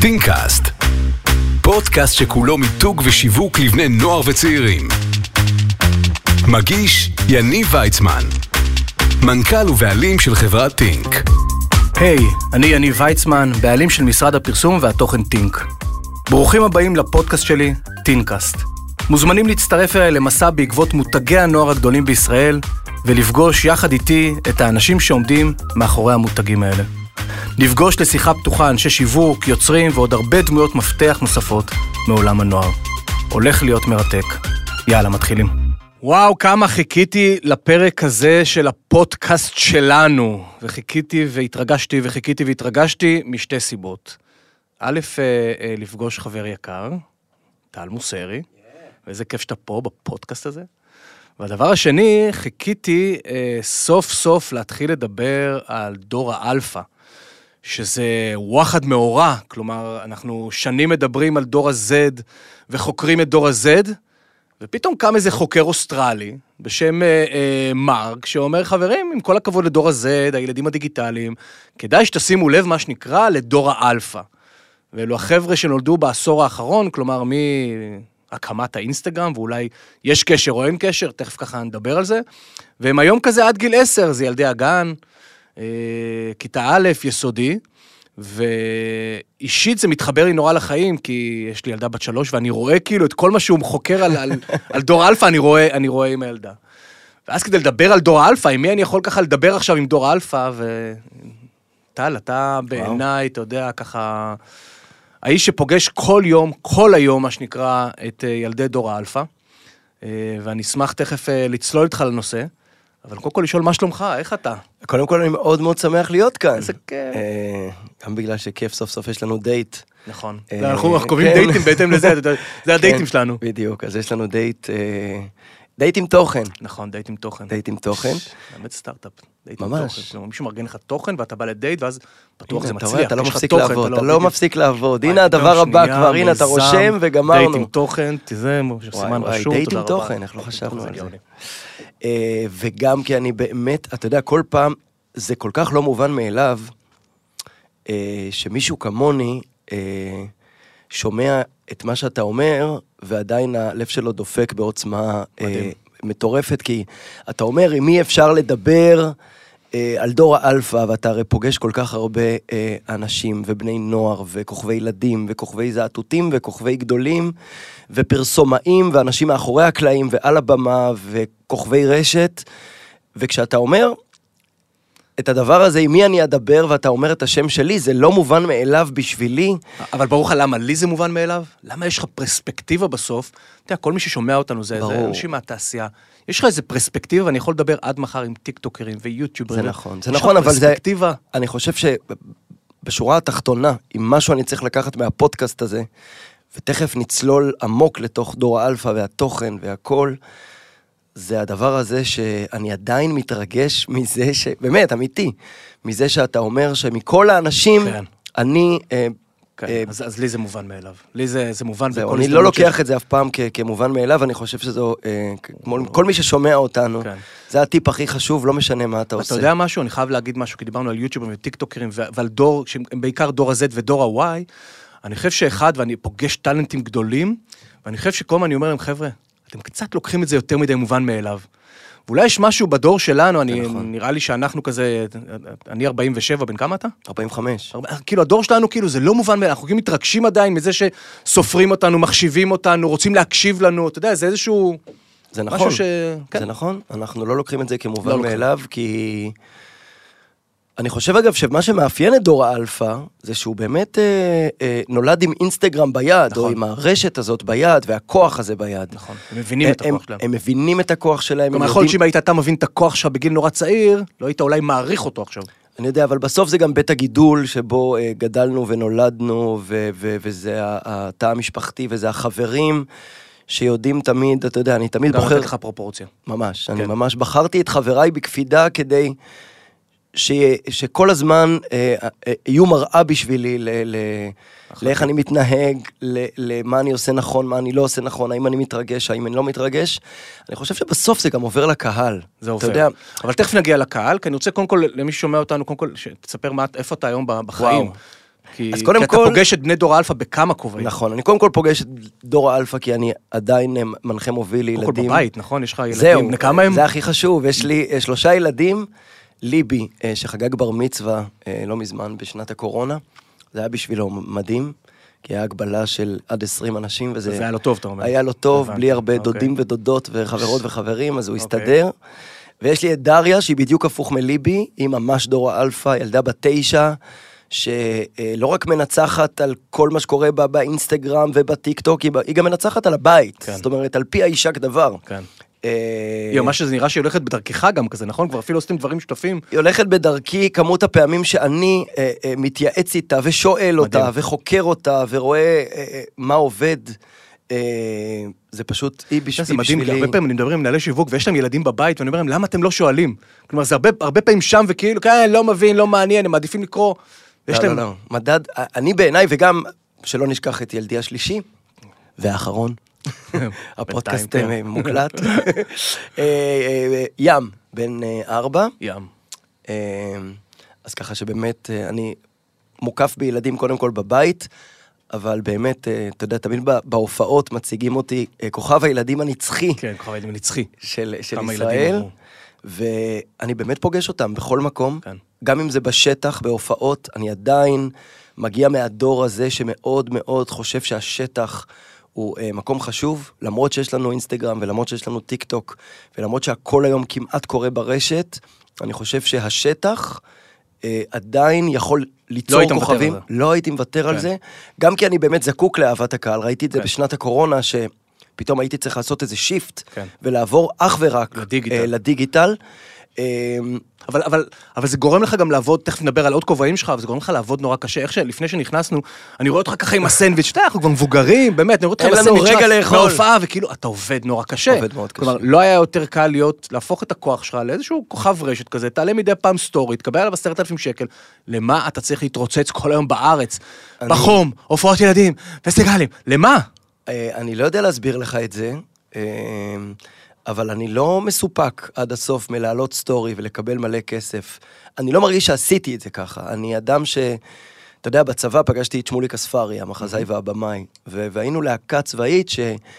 טינקאסט, פודקאסט שכולו מיתוג ושיווק לבני נוער וצעירים. מגיש יניב ויצמן, מנכ"ל ובעלים של חברת טינק. היי, אני יניב ויצמן, בעלים של משרד הפרסום והתוכן טינק. ברוכים הבאים לפודקאסט שלי, טינקאסט. מוזמנים להצטרף אליי למסע בעקבות מותגי הנוער הגדולים בישראל, ולפגוש יחד איתי את האנשים שעומדים מאחורי המותגים האלה. נפגוש לשיחה פתוחה אנשי שיווק, יוצרים ועוד הרבה דמויות מפתח נוספות מעולם הנוער. הולך להיות מרתק. יאללה, מתחילים. וואו, כמה חיכיתי לפרק הזה של הפודקאסט שלנו. וחיכיתי והתרגשתי משתי סיבות. א', לפגוש חבר יקר, טל מוסרי, ואיזה כיף שאתה פה בפודקאסט הזה. והדבר השני, חיכיתי סוף סוף להתחיל לדבר על דור האלפא, שזה וואחד מאורע, כלומר, אנחנו שנים מדברים על דור ה-Z, וחוקרים את דור ה-Z, ופתאום קם איזה חוקר אוסטרלי, בשם מרק, שאומר, חברים, עם כל הכבוד לדור ה-Z, הילדים הדיגיטליים, כדאי שתשימו לב מה שנקרא לדור האלפא. ואלו החבר'ה שנולדו בעשור האחרון, כלומר, הקמת האינסטגרם, ואולי יש קשר או אין קשר, תכף ככה נדבר על זה, והם היום כזה עד גיל 10, זה ילדי הגן, כיתה א', יסודי, ואישית זה מתחבר לי נורא לחיים, כי יש לי ילדה בת 3, ואני רואה כאילו את כל מה שהוא חוקר על דור אלפא, אני רואה עם הילדה. ואז כדי לדבר על דור האלפא, עם מי אני יכול ככה לדבר עכשיו עם דור האלפא, וטל, אתה בעיניי, אתה יודע, ככה, האיש שפוגש כל היום, מה שנקרא, את ילדי דור האלפא, ואני אשמח תכף לצלול איתך לנושא, אבל קודם כל לשאול מה שלומך, איך אתה? קודם כל אני מאוד מאוד שמח להיות כאן. איזה כיף. גם בגלל שכיף סוף סוף יש לנו דייט. נכון. אנחנו קובעים דייטים בהתאם לזה, זה הדייטים שלנו. בדיוק, אז יש לנו דייט עם תוכן. נכון, דייט עם תוכן. דייט עם תוכן. באמת סטארט-אפ. ממש. מישהו מארגן לך תוכן ואתה בא לדייט ואז בטוח זה מצליח. אתה לא מפסיק לעבוד, אתה לא מפסיק לעבוד. הנה הדבר הבא כבר, הנה אתה רושם וגמרנו. דייט עם תוכן, תזה, סימן רשום, דייט עם תוכן, איך לא חשבנו על זה. וגם כי אני באמת, אתה יודע, כל פעם, זה כל כך לא מובן מאליו, שמישהו כמוני שומע את מה שאתה אומר, ועדיין הלב שלו דופק בעוצמה מטורפת, כי אתה אומר, עם מי אפשר לדבר על דור האלפא, ואתה הרי פוגש כל כך הרבה אנשים ובני נוער, וכוכבי ילדים, וכוכבי זעתותים, וכוכבי גדולים, ופרסומאים, ואנשים מאחורי הקלעים, ועל הבמה, וכוכבי רשת, וכשאתה אומר את הדבר הזה, עם מי אני אדבר, ואתה אומר את השם שלי, זה לא מובן מאליו בשבילי. אבל ברוך למה לי זה מובן מאליו? למה יש לך פרספקטיבה בסוף? אתה יודע, כל מי ששומע אותנו זה אנשים מהתעשייה. יש לך איזה פרספקטיבה, ואני יכול לדבר עד מחר עם טיקטוקרים ויוטיוברים. זה נכון, אבל זה, אני חושב שבשורה התחתונה, עם משהו אני צריך לקחת מהפודקאסט הזה, ותכף נצלול עמוק לתוך דור האלפא והתוכן והכל, זה הדבר הזה שאני עדיין מתרגש מזה באמת, אמיתי, מזה שאתה אומר שמכל האנשים, אני אז לי זה מובן מאליו. לי זה מובן בכל אני לא לוקח את זה אף פעם כמובן מאליו, אני חושב שזו, כל מי ששומע אותנו, זה הטיפ הכי חשוב, לא משנה מה אתה עושה. אתה יודע משהו? אני חייב להגיד משהו, כי דיברנו על יוטיוברים וטיקטוקרים, ועל דור, בעיקר דור ה-Z ודור ה-Y, אני חושב שאחד, ואני פוגש טלנטים גדולים, ואני חושב שכל מה אני אומר להם, חבר'ה, אתם קצת לוקחים את זה יותר מדי מובן מאליו. ואולי יש משהו בדור שלנו, נראה לי שאנחנו כזה, אני 47, בן כמה אתה? 45. כאילו, הדור שלנו, כאילו, זה לא מובן מאליו, אנחנו מתרגשים עדיין מזה שסופרים אותנו, מחשיבים אותנו, רוצים להקשיב לנו, אתה יודע, זה איזשהו... זה נכון, זה נכון, אנחנו לא לוקחים את זה כמובן מאליו, כי... אני חושב אגב שמה שמאפיין את דור האלפא, זה שהוא באמת נולד עם אינסטגרם ביד, נכון. או עם הרשת הזאת ביד, והכוח הזה ביד. נכון, הם מבינים את הכוח שלהם. הם מבינים את הכוח שלהם. גם יכול להיות שאם היית אתה מבין את הכוח שלך בגיל נורא צעיר, לא היית אולי מעריך אותו עכשיו. אני יודע, אבל בסוף זה גם בית הגידול, שבו גדלנו ונולדנו, וזה התא המשפחתי, וזה החברים, שיודעים תמיד, אתה יודע, אני תמיד בוחר... גם לתת לך פרופורציה. ממש, אני ממש בחרתי את חבריי בקפידה כדי... שכל הזמן יהיו מראה בשבילי לאיך אני מתנהג, למה אני עושה נכון, מה אני לא עושה נכון, האם אני מתרגש, האם אני לא מתרגש. אני חושב שבסוף זה גם עובר לקהל. זה עובר. אבל תכף נגיע לקהל, כי אני רוצה קודם כל, למי ששומע אותנו, קודם כל, שתספר איפה אתה היום בחיים. כי אתה פוגש את בני דור האלפא בכמה כובעים. נכון, אני קודם כל פוגש את דור האלפא, כי אני עדיין מנחה מוביל לילדים. קודם כל בבית, נכון? יש לך ילדים, כמה הם? זה הכי חשוב, יש לי 3 ילדים, ליבי, שחגג בר מצווה לא מזמן בשנת הקורונה, זה היה בשבילו מדהים, כי היה הגבלה של עד 20 אנשים, וזה היה לו טוב, אתה אומר. היה לו טוב, בלי הרבה דודים ודודות וחברות וחברים, אז הוא הסתדר. ויש לי את דריה, שהיא בדיוק הפוך מליבי, היא ממש דור האלפא, ילדה בת 9, שלא רק מנצחת על כל מה שקורה בה באינסטגרם ובטיקטוק, היא גם מנצחת על הבית, זאת אומרת, על פי האישה כדבר. כן. היא ממש שזה נראה שהיא הולכת בדרכך גם כזה, נכון? כבר אפילו עושים דברים שותפים. היא הולכת בדרכי, כמות הפעמים שאני מתייעץ איתה ושואל אותה וחוקר אותה ורואה מה עובד, זה פשוט, היא בשבילי. זה מדהים, כי הרבה פעמים אני מדבר עם מנהלי שיווק ויש להם ילדים בבית ואני אומר להם, למה אתם לא שואלים? כלומר, זה הרבה פעמים שם וכאילו, כן, לא מבין, לא מעניין, הם מעדיפים לקרוא. לא, מדד, אני בעיניי וגם, שלא נשכח את ילדי השלישי, והאחרון. הפודקאסט מוקלט. ים, בן 4. ים. אז ככה שבאמת אני מוקף בילדים קודם כל בבית, אבל באמת, אתה יודע, תמיד בהופעות מציגים אותי כוכב הילדים הנצחי. כן, כוכב הילדים הנצחי. של ישראל. ואני באמת פוגש אותם בכל מקום. גם אם זה בשטח, בהופעות, אני עדיין מגיע מהדור הזה שמאוד מאוד חושב שהשטח הוא מקום חשוב, למרות שיש לנו אינסטגרם, ולמרות שיש לנו טיק טוק, ולמרות שהכל היום כמעט קורה ברשת, אני חושב שהשטח עדיין יכול ליצור כוכבים. לא הייתי מוותר על זה. גם כי אני באמת זקוק לאהבת הקהל, ראיתי את זה בשנת הקורונה, שפתאום הייתי צריך לעשות איזה שיפט, ולעבור אך ורק לדיגיטל. אבל זה גורם לך גם לעבוד, תכף נדבר על עוד כובעים שלך, אבל זה גורם לך לעבוד נורא קשה, איך שלפני שנכנסנו, אני רואה אותך ככה עם הסנדוויץ', אנחנו כבר מבוגרים, באמת, אני רואה אותך עם הסנדוויץ' מההופעה, וכאילו, אתה עובד נורא קשה. עובד מאוד קשה. כלומר, לא היה יותר קל להפוך את הכוח שלך לאיזשהו כוכב רשת כזה, תעלה מדי פעם סטורי, תקבל עליו 10,000 שקל, למה אתה צריך להתרוצץ כל היום בארץ, בחום, הופעות ילדים, פסטיגלים, למה? אני לא יודע להסביר לך את זה, אבל אני לא מסופק עד הסוף מלהעלות סטורי ולקבל מלא כסף. אני לא מרגיש שעשיתי את זה ככה. אני אדם אתה יודע, בצבא פגשתי את שמוליק אספרי, המחזאי והבמאי, והיינו להקה צבאית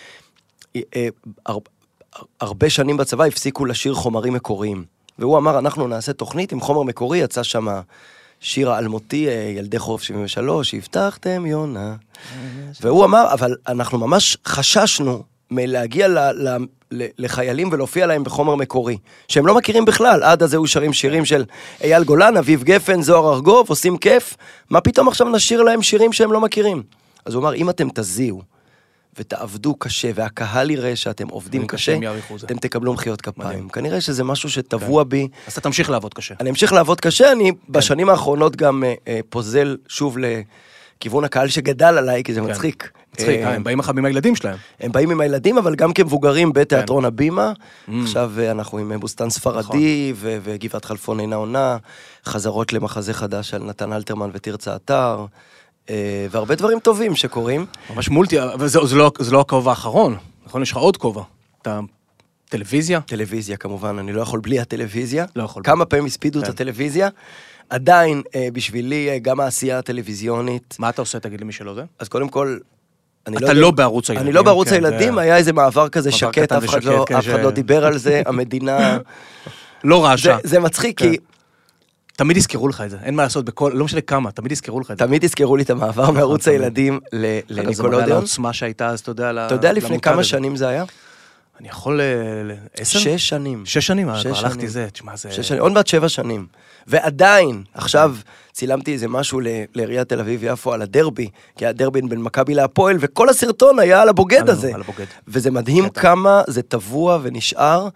שהרבה שנים בצבא הפסיקו לשיר חומרים מקוריים. והוא אמר, אנחנו נעשה תוכנית עם חומר מקורי, יצא שם שיר האלמותי, ילדי חורף 73, שהבטחתם יונה. והוא אמר, אבל אנחנו ממש חששנו מלהגיע לחיילים ולהופיע להם בחומר מקורי, שהם לא מכירים בכלל. עד אז היו שרים שירים של אייל גולן, אביב גפן, זוהר ארגוב, עושים כיף, מה פתאום עכשיו נשיר להם שירים שהם לא מכירים? אז הוא אמר, אם אתם תזיעו ותעבדו קשה, והקהל יראה שאתם עובדים קשה, אתם תקבלו מחיאות כפיים. כנראה שזה משהו שטבוע בי. אז אתה תמשיך לעבוד קשה. אני אמשיך לעבוד קשה, אני בשנים האחרונות גם פוזל שוב לכיוון הקהל שגדל עליי, כי זה מצחיק. הם באים עם הילדים שלהם. הם באים עם הילדים, אבל גם כמבוגרים בתיאטרון הבימה. עכשיו אנחנו עם בוסטן ספרדי, וגבעת חלפון אינה עונה, חזרות למחזה חדש על נתן אלתרמן ותרצה אתר, והרבה דברים טובים שקורים. ממש מולטי, אבל זה לא הכובע האחרון, נכון? יש לך עוד כובע. אתה טלוויזיה? טלוויזיה כמובן, אני לא יכול בלי הטלוויזיה. לא יכול. כמה פעמים הספידו את הטלוויזיה. עדיין, בשבילי, גם העשייה הטלוויזיונית. מה אתה עושה, תגיד לי מי שלא זה? אז קודם כל, אתה לא בערוץ הילדים. אני לא בערוץ הילדים, היה איזה מעבר כזה שקט, אף אחד לא דיבר על זה, המדינה... לא רעשה. זה מצחיק, כי... תמיד יזכרו לך את זה, אין מה לעשות בכל, לא משנה כמה, תמיד יזכרו לך את זה. תמיד יזכרו לי את המעבר מערוץ הילדים לניקולודיון. זה מראה לעוצמה שהייתה, אז אתה יודע, אתה יודע לפני כמה שנים זה היה? אני יכול 10? 6 שנים. 6 שנים, הלכתי זה, תשמע זה... 6 שנים, עוד מעט 7 שנים. ועדיין, עכשיו צילמתי איזה משהו לעיריית תל אביב יפו על הדרבי, כי הדרבי בין מכבי להפועל, וכל הסרטון היה על הבוגד הזה. וזה מדהים כמה זה טבוע ונשאר.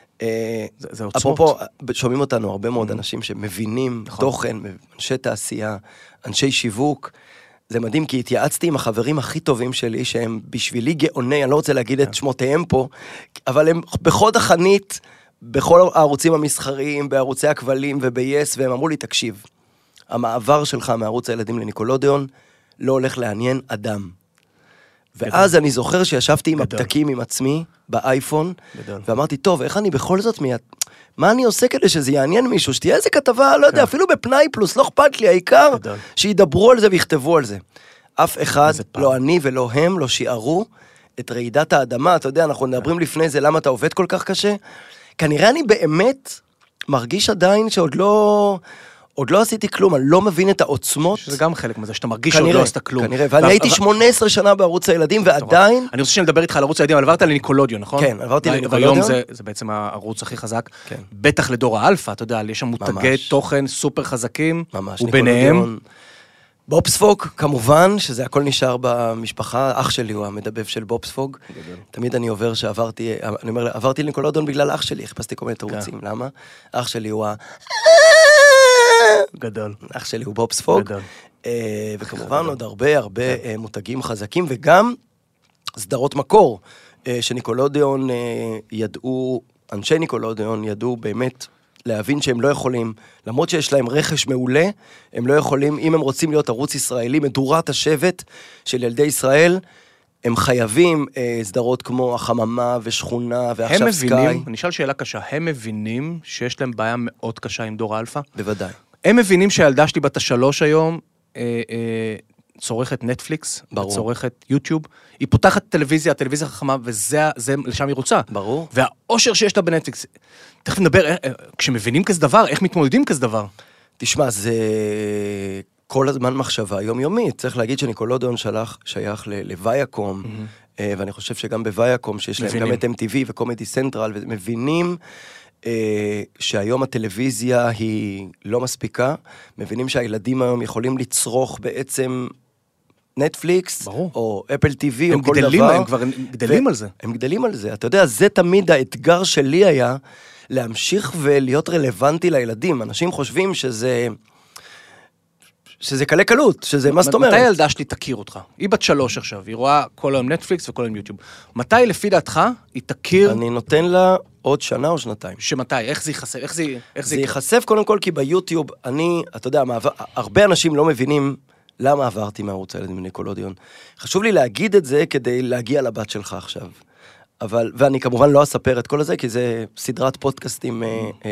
זה עוצמות. אפרופו, שומעים אותנו הרבה מאוד אנשים שמבינים תוכן, אנשי תעשייה, אנשי שיווק. זה מדהים, כי התייעצתי עם החברים הכי טובים שלי, שהם בשבילי גאוני, אני לא רוצה להגיד את שמותיהם פה, אבל הם בחוד החנית, בכל הערוצים המסחריים, בערוצי הכבלים וב-yes, והם אמרו לי, תקשיב, המעבר שלך מערוץ הילדים לניקולודיון, לא הולך לעניין אדם. ואז אני זוכר שישבתי עם הפתקים עם עצמי, באייפון, ואמרתי, טוב, איך אני בכל זאת מה אני עושה כדי שזה יעניין מישהו, שתהיה איזה כתבה, לא יודע, אפילו בפנאי פלוס, לא אכפת לי, העיקר שידברו על זה ויכתבו על זה. אף אחד, לא אני ולא הם, לא שיערו את רעידת האדמה, אתה יודע, אנחנו מדברים לפני זה, למה אתה עובד כל כך קשה? כנראה אני באמת מרגיש עדיין שעוד לא עשיתי כלום, אני לא מבין את העוצמות. שזה גם חלק מזה, שאתה מרגיש שעוד לא עשית כלום. כנראה, ואני הייתי 18 שנה בערוץ הילדים, ועדיין... אני רוצה שנדבר איתך על ערוץ הילדים, אבל עברת לניקולודיון, נכון? כן, עברתי לניקולודיון. והיום זה בעצם הערוץ הכי חזק. בטח לדור האלפא, אתה יודע, יש שם מותגי תוכן סופר חזקים, וביניהם... בובספוג, כמובן, שזה הכל נשאר במשפחה, אח שלי הוא המדבב של בובספוג. תמיד אני עובר שעברתי, אני אומר, עברתי לניקולודיון בגלל אח שלי, חיפשתי כל מיני תירוצים, למה? אח שלי הוא גדול. אח שלי הוא בובספוג. וכמובן עוד הרבה מותגים חזקים, וגם סדרות מקור, שניקולודיון ידעו, אנשי ניקולודיון ידעו באמת להבין שהם לא יכולים, למרות שיש להם רכש מעולה, הם לא יכולים, אם הם רוצים להיות ערוץ ישראלי, מדורת השבט של ילדי ישראל, הם חייבים סדרות כמו החממה ושכונה ועכשיו סקאי. הם מבינים, אני אשאל שאלה קשה, הם מבינים שיש להם בעיה מאוד קשה עם דור האלפא? בוודאי. הם מבינים שהילדה שלי בת 3 היום, צורכת נטפליקס, צורכת יוטיוב, היא פותחת טלוויזיה, הטלוויזיה החכמה, וזה לשם היא רוצה. ברור. והאושר שיש לה בנטפליקס, תכף נדבר, כשמבינים כזה דבר, איך מתמודדים כזה דבר? תשמע, זה כל הזמן מחשבה יומיומית. צריך להגיד שניקולודיון שייך לווייקום, ואני חושב שגם בווייקום, שיש להם גם את MTV וקומדי סנטרל, ומבינים שהיום הטלוויזיה היא לא מספיקה, מבינים שהילדים היום יכולים לצרוך בעצם נטפליקס, או אפל טיווי, או כל דבר. הם כבר גדלים על זה. הם גדלים על זה. אתה יודע, זה תמיד האתגר שלי היה, להמשיך ולהיות רלוונטי לילדים. אנשים חושבים שזה קלה קלות, שזה מה זאת אומרת. מתי הילדה שלי תכיר אותך? היא בת 3 עכשיו, היא רואה כל היום נטפליקס וכל היום יוטיוב. מתי לפי דעתך היא תכיר? אני נותן לה עוד שנה או שנתיים. שמתי? איך זה ייחשף? זה ייחשף קודם כל כי ביוטיוב, אתה יודע, הרבה אנשים לא מבינים למה עברתי מערוץ הילדים בניקולודיון. חשוב לי להגיד את זה כדי להגיע לבת שלך עכשיו. ואני כמובן לא אספר את כל זה, כי זה סדרת פודקאסטים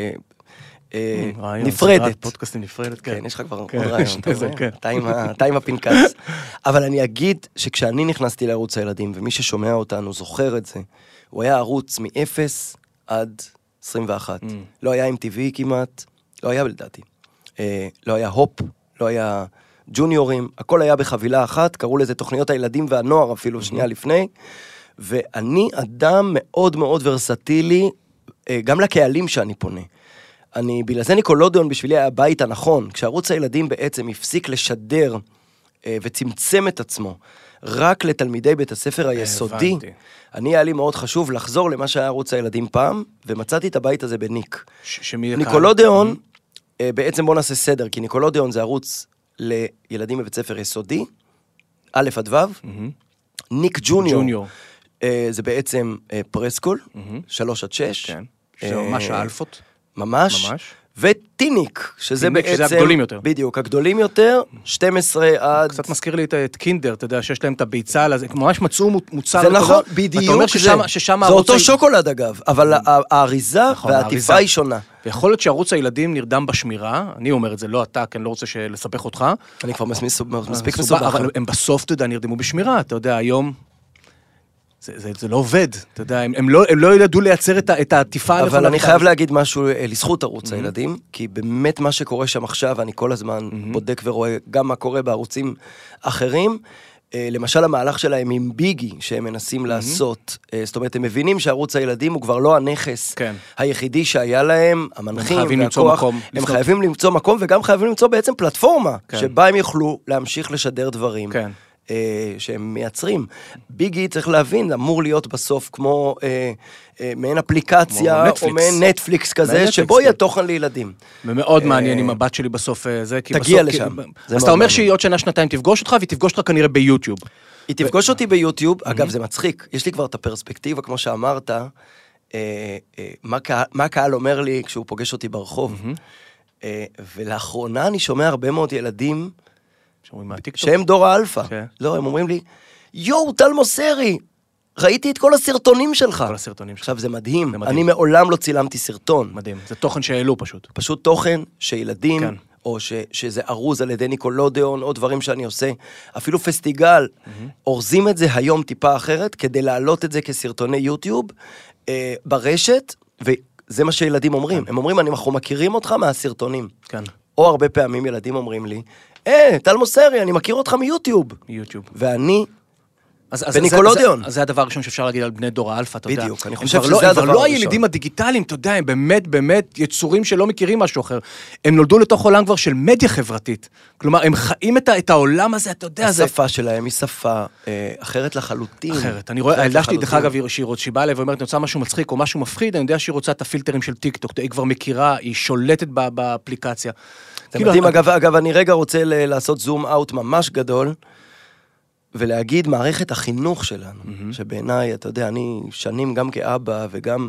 נפרדת. פודקאסטים נפרדת, כן. כן, יש לך כבר עוד רעיון, אתה עם הפנקס. אבל אני אגיד שכשאני נכנסתי לערוץ הילדים, ומי ששומע אותנו זוכר את זה, הוא היה ערוץ מ-0 עד 21. לא היה MTV כמעט, לא היה לדעתי. לא היה הופ, לא היה ג'וניורים, הכל היה בחבילה אחת, קראו לזה תוכניות הילדים והנוער אפילו שנייה לפני, ואני אדם מאוד מאוד ורסטילי, גם לקהלים שאני פונה. בגלל זה ניקולודיון בשבילי היה הבית הנכון, כשערוץ הילדים בעצם הפסיק לשדר וצמצם את עצמו, רק לתלמידי בית הספר היסודי, היה לי מאוד חשוב לחזור למה שהיה ערוץ הילדים פעם, ומצאתי את הבית הזה בניק. ניקולודיון, בעצם בוא נעשה סדר, כי ניקולודיון זה ערוץ לילדים בבית ספר יסודי, א' עד ו', ניק ג'וניור, זה בעצם פרסקול, 3 עד 6. כן, שזה ממש האלפות. ממש. וטיניק, שזה בעצם... שזה הגדולים יותר. בדיוק, הגדולים יותר, 12 עד... קצת מזכיר לי את קינדר, אתה יודע, שיש להם את הביצה, ממש מצאו מוצר... זה נכון, בדיוק, זה אותו שוקולד אגב, אבל האריזה והעטיפה היא שונה. ויכול להיות שערוץ הילדים נרדם בשמירה, אני אומר את זה, לא אתה, כי אני לא רוצה לספח אותך. אני כבר מספיק מסובך. אבל הם בסוף, אתה יודע, נרדמו בשמירה, אתה יודע, היום... זה לא עובד, אתה יודע, הם לא ידעו לייצר את העטיפה. אבל אני חייב להגיד משהו לזכות ערוץ הילדים, כי באמת מה שקורה שם עכשיו, אני כל הזמן בודק ורואה גם מה קורה בערוצים אחרים, למשל המהלך שלהם עם ביגי, שהם מנסים לעשות, זאת אומרת, הם מבינים שערוץ הילדים הוא כבר לא הנכס היחידי שהיה להם, המנחים והכוח, הם חייבים למצוא מקום, וגם חייבים למצוא בעצם פלטפורמה, שבה הם יוכלו להמשיך לשדר דברים. כן. שהם מייצרים. ביגי צריך להבין, אמור להיות בסוף כמו מעין אפליקציה, או מעין נטפליקס כזה, שבו יהיה תוכן לילדים. ומאוד מעניין עם הבת שלי בסוף זה, תגיע לשם. אז אתה אומר שהיא עוד שנה-שנתיים תפגוש אותך, והיא תפגוש אותך כנראה ביוטיוב. היא תפגוש אותי ביוטיוב, אגב זה מצחיק, יש לי כבר את הפרספקטיבה, כמו שאמרת, מה הקהל אומר לי כשהוא פוגש אותי ברחוב, ולאחרונה אני שומע הרבה מאוד ילדים, שהם דור האלפא. לא, הם אומרים לי, יואו, טל מוסרי, ראיתי את כל הסרטונים שלך. כל הסרטונים שלך. עכשיו, זה מדהים. אני מעולם לא צילמתי סרטון. מדהים. זה תוכן שהעלו פשוט. פשוט תוכן שילדים, כן. או שזה ארוז על ידי ניקולודיון, או דברים שאני עושה. אפילו פסטיגל, אורזים את זה היום טיפה אחרת, כדי להעלות את זה כסרטוני יוטיוב, ברשת, וזה מה שילדים אומרים. הם אומרים, אנחנו מכירים אותך מהסרטונים. כן. או הרבה פעמים ילדים אומרים לי, טל מוסרי, אני מכיר אותך מיוטיוב. מיוטיוב. ואני אז בניקולודיון. אז זה הדבר הראשון שאפשר להגיד על בני דור האלפא, אתה יודע. בדיוק, אני חושב שזה הדבר הראשון. הם כבר לא הראשון. הילדים הדיגיטליים, אתה יודע, הם באמת יצורים שלא מכירים משהו אחר. הם נולדו לתוך עולם כבר של מדיה חברתית. כלומר, הם חיים את העולם הזה, אתה יודע, זה... השפה שלהם היא שפה אחרת לחלוטין. אחרת. אני רואה, הילדה שלי, דרך אגב, שהיא באה אליי ואומרת, אני רוצה משהו מצחיק או משהו מפחיד, אני יודע שהיא רוצה את הפילטרים של טיקטוק, היא כבר מכירה, היא שולטת באפליקציה. זה מדהים, אגב, אני רגע רוצה לעשות זום אאוט ממש גדול, ולהגיד מערכת החינוך שלנו, שבעיניי, אתה יודע, אני שנים גם כאבא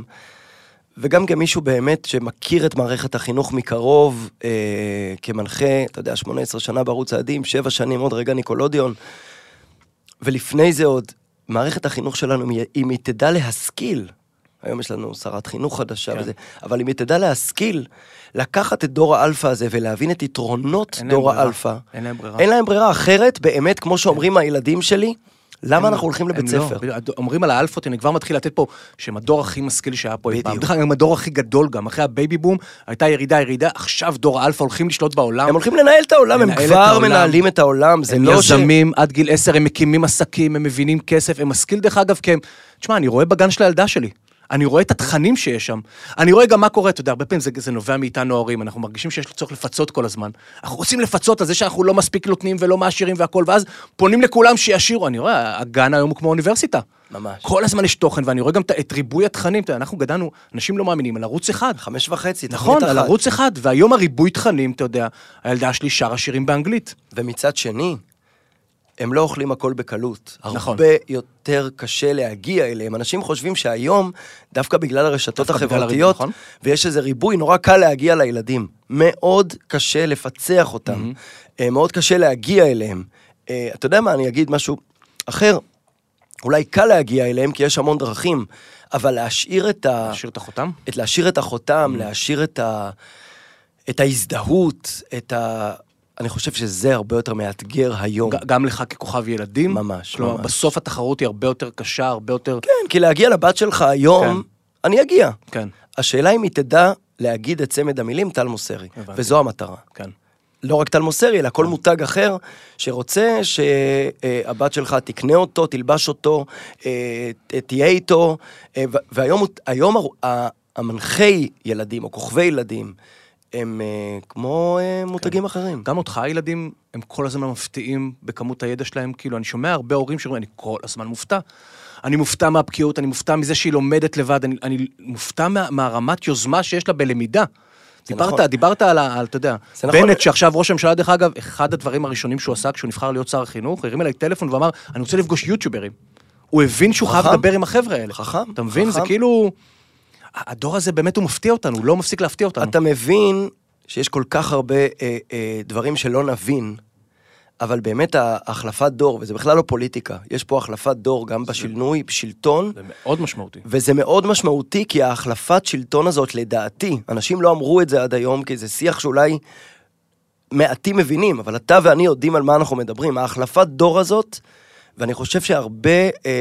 וגם כמישהו באמת שמכיר את מערכת החינוך מקרוב, כמנחה, אתה יודע, 18 שנה בערוץ העדים, 7 שנים עוד רגע ניקולודיון, ולפני זה עוד, מערכת החינוך שלנו, אם היא תדע להשכיל, היום יש לנו שרת חינוך חדשה וזה, אבל אם היא תדע להשכיל, לקחת את דור האלפא הזה ולהבין את יתרונות דור האלפא. אין להם ברירה. אין להם ברירה אחרת, באמת, כמו שאומרים הילדים שלי, למה אנחנו הולכים לבית ספר? אומרים על האלפות, אני כבר מתחיל לתת פה, שהם הדור הכי משכיל שהיה פה אי פעם. בדרך כלל, הם הדור הכי גדול גם. אחרי הבייבי בום, הייתה ירידה, עכשיו דור האלפא הולכים לשלוט בעולם. הם הולכים לנהל את העולם, הם כבר מנהלים את העולם. הם יזמים עד גיל 10, הם מקימים עסקים, הם מבינים כסף, הם משכיל דרך אגב, כי הם... תשמע, אני רואה בגן של הילדה שלי. אני רואה את התכנים שיש שם. אני רואה גם מה קורה, אתה יודע, הרבה פעמים זה נובע מאיתנו ההורים, אנחנו מרגישים שיש צורך לפצות כל הזמן. אנחנו רוצים לפצות על זה שאנחנו לא מספיק נותנים ולא מעשירים והכל, ואז פונים לכולם שישירו. אני רואה, הגן היום הוא כמו אוניברסיטה. ממש. כל הזמן יש תוכן, ואני רואה גם את ריבוי התכנים, אנחנו גדלנו, אנשים לא מאמינים, על ערוץ אחד. 5.5, נכון, על ערוץ אחד, והיום הריבוי תכנים, אתה יודע, הילדה שלי שרה שירים באנגלית. ומצד שני, הם לא אוכלים הכל בקלות. נכון. הרבה יותר קשה להגיע אליהם. אנשים חושבים שהיום, דווקא בגלל הרשתות החברתיות, נכון? ויש איזה ריבוי, נורא קל להגיע לילדים. מאוד קשה לפצח אותם. מאוד קשה להגיע אליהם. אתה יודע מה, אני אגיד משהו אחר. אולי קל להגיע אליהם, כי יש המון דרכים, אבל להשאיר את להשאיר את החותם? להשאיר את החותם, להשאיר את ההזדהות, אני חושב שזה הרבה יותר מאתגר היום. גם לך ככוכב ילדים? ממש, כלומר, ממש. בסוף התחרות היא הרבה יותר קשה, הרבה יותר... כן, כי להגיע לבת שלך היום, אני אגיע. כן. השאלה אם היא תדע להגיד את צמד המילים טל מוסרי. הבנתי. וזו המטרה. כן. לא רק טל מוסרי, אלא כל מותג אחר, שרוצה שהבת שלך תקנה אותו, תלבש אותו, תהיה איתו, והיום המנחי ילדים, או כוכבי ילדים, הם כמו מותגים אחרים. גם אותך הילדים, הם כל הזמן מפתיעים בכמות הידע שלהם, כאילו אני שומע הרבה הורים שאומרים, אני כל הזמן מופתע. אני מופתע מהבקיאות, אני מופתע מזה שהיא לומדת לבד, אני מופתע מהרמת יוזמה שיש לה בלמידה. דיברת על, אתה יודע, בנט שעכשיו ראש הממשלה דרך אגב, אחד הדברים הראשונים שהוא עשה כשהוא נבחר להיות שר החינוך, הרים אליי טלפון ואמר, אני רוצה לפגוש יוטיוברים. הוא הבין שהוא חייב לדבר עם החבר'ה האלה. חכם. אתה מבין? זה כאילו... הדור הזה באמת הוא מפתיע אותנו, הוא לא מפסיק להפתיע אותנו. אתה מבין שיש כל כך הרבה דברים שלא נבין, אבל באמת ההחלפת דור, וזה בכלל לא פוליטיקה, יש פה החלפת דור גם בשינוי, בשלטון. זה מאוד משמעותי. וזה מאוד משמעותי, כי ההחלפת שלטון הזאת, לדעתי, אנשים לא אמרו את זה עד היום, כי זה שיח שאולי מעטים מבינים, אבל אתה ואני יודעים על מה אנחנו מדברים. ההחלפת דור הזאת, ואני חושב שהרבה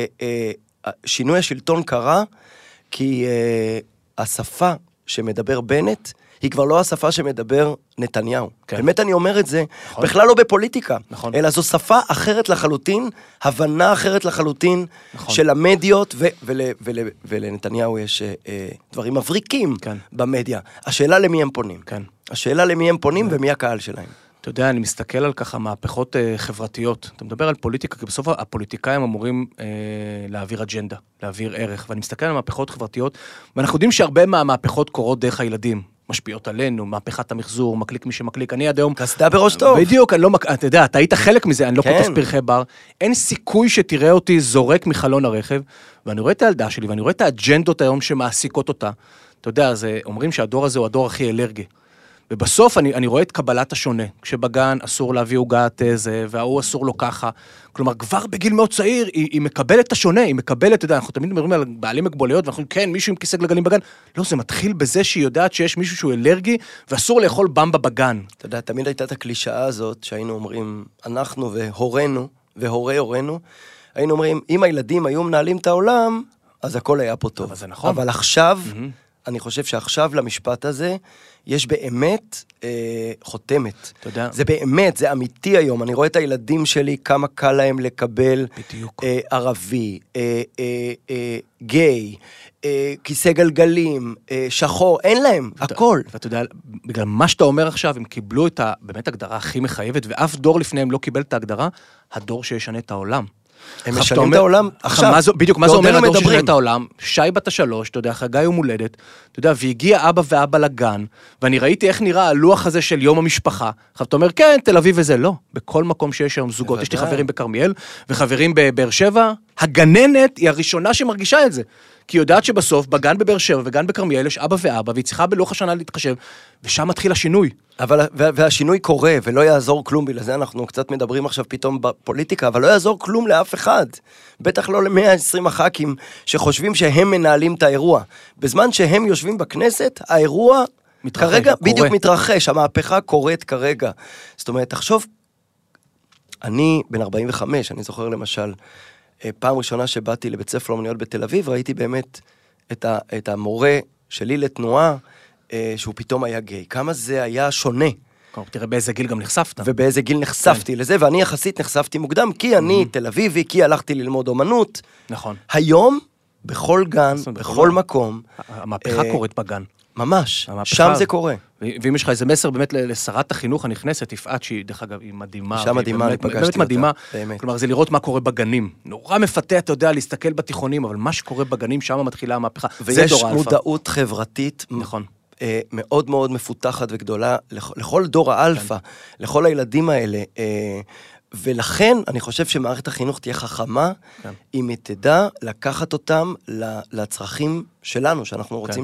שינוי השלטון קרה, כי השפה שמדבר בנט, היא כבר לא השפה שמדבר נתניהו. כן. באמת אני אומר את זה, נכון. בכלל לא בפוליטיקה, נכון. אלא זו שפה אחרת לחלוטין, הבנה אחרת לחלוטין, נכון. של המדיות, ולנתניהו יש דברים מבריקים, כן. במדיה. השאלה למי הם פונים. כן. השאלה למי הם פונים ומי הקהל שלהם. אתה יודע, אני מסתכל על ככה מהפכות חברתיות. אתה מדבר על פוליטיקה, כי בסוף הפוליטיקאים אמורים להעביר אג'נדה, להעביר ערך, ואני מסתכל על מהפכות חברתיות, ואנחנו יודעים שהרבה מהמהפכות קורות דרך הילדים, משפיעות עלינו, מהפכת המחזור, מקליק מי שמקליק, אני עד היום... קסדה בראש טוב. בדיוק, אתה יודע, אתה היית חלק מזה, אני לא כותב פרחי בר, אין סיכוי שתראה אותי זורק מחלון הרכב, ואני רואה את הילדה שלי, ואני רואה את האג'נדות היום שמעסיקות אותה. אתה יודע, אומרים שהדור הזה הוא הדור הכי אלרגי. ובסוף אני רואה את קבלת השונה, כשבגן אסור להביא עוגת זה, והוא אסור לו ככה. כלומר, כבר בגיל מאוד צעיר, היא מקבלת את השונה, היא מקבלת, אתה יודע, אנחנו תמיד מדברים על בעלים מגבוליות, ואנחנו כן, מישהו עם כיסא גלגלים בגן. לא, זה מתחיל בזה שהיא יודעת שיש מישהו שהוא אלרגי, ואסור לאכול במבה בגן. אתה יודע, תמיד הייתה את הקלישאה הזאת, שהיינו אומרים, אנחנו והורינו, והורי הורינו, היינו אומרים, אם הילדים היו מנהלים את העולם, אז הכל היה פה טוב. אבל זה נכון. אבל עכשיו, אני חושב שעכשיו למשפט הזה, יש באמת חותמת. אתה יודע. זה באמת, זה אמיתי היום. אני רואה את הילדים שלי, כמה קל להם לקבל ערבי, גיי, כיסא גלגלים, שחור, אין להם, הכל. ואתה יודע, בגלל מה שאתה אומר עכשיו, הם קיבלו את באמת הגדרה הכי מחייבת, ואף דור לפניהם לא קיבל את ההגדרה, הדור שישנה את העולם. הם משנים את העולם עכשיו. בדיוק, מה זה אומר הדור שישנה את העולם? שי בת השלוש, אתה יודע, חגי יום הולדת, אתה יודע, והגיע אבא ואבא לגן, ואני ראיתי איך נראה הלוח הזה של יום המשפחה. עכשיו, אתה אומר, כן, תל אביב וזה, לא. בכל מקום שיש היום זוגות, יש לי חברים בכרמיאל, וחברים בבאר שבע, הגננת היא הראשונה שמרגישה את זה. כי היא יודעת שבסוף, בגן בבאר שבע וגן בכרמיאל, יש אבא ואבא, והיא צריכה בלוח השנה להתחשב, ושם מתחיל השינוי. והשינוי קורה, ולא יעזור כלום, בגלל זה אנחנו קצת מדברים עכשיו פתאום בפוליטיקה, אבל לא יעזור כלום לאף אחד. בטח לא ל-120 הח"כים שחושבים שהם מנהלים את האירוע. בזמן שהם יושבים בכנסת, האירוע כרגע בדיוק מתרחש, המהפכה קורית כרגע. זאת אומרת, תחשוב, אני בן 45, אני זוכר למשל, פעם ראשונה שבאתי לבית ספר לאמנויות בתל אביב, ראיתי באמת את המורה שלי לתנועה, שהוא פתאום היה גיי. כמה זה היה שונה. תראה באיזה גיל גם נחשפת. ובאיזה גיל נחשפתי לזה, ואני יחסית נחשפתי מוקדם, כי אני תל אביבי, כי הלכתי ללמוד אומנות. נכון. היום, בכל גן, בכל מקום. המהפכה קורית בגן. ממש, שם זה קורה. ואם יש לך איזה מסר באמת לשרת החינוך הנכנסת, יפעת שהיא, דרך אגב, היא מדהימה. שם מדהימה, אני פגשתי אותה. באמת מדהימה. כלומר, זה לראות מה קורה בגנים. נורא מפתה, אתה יודע, להסתכל בתיכונים, אבל מה שקורה בגנים, שם מתחילה המהפכה. ויש מודעות חברתית. נכון. מאוד מאוד מפותחת וגדולה, לכל דור האלפא, לכל הילדים האלה, ולכן אני חושב שמערכת החינוך תהיה חכמה, אם היא תדע לקחת אותם לצרכים שלנו, שאנחנו רוצים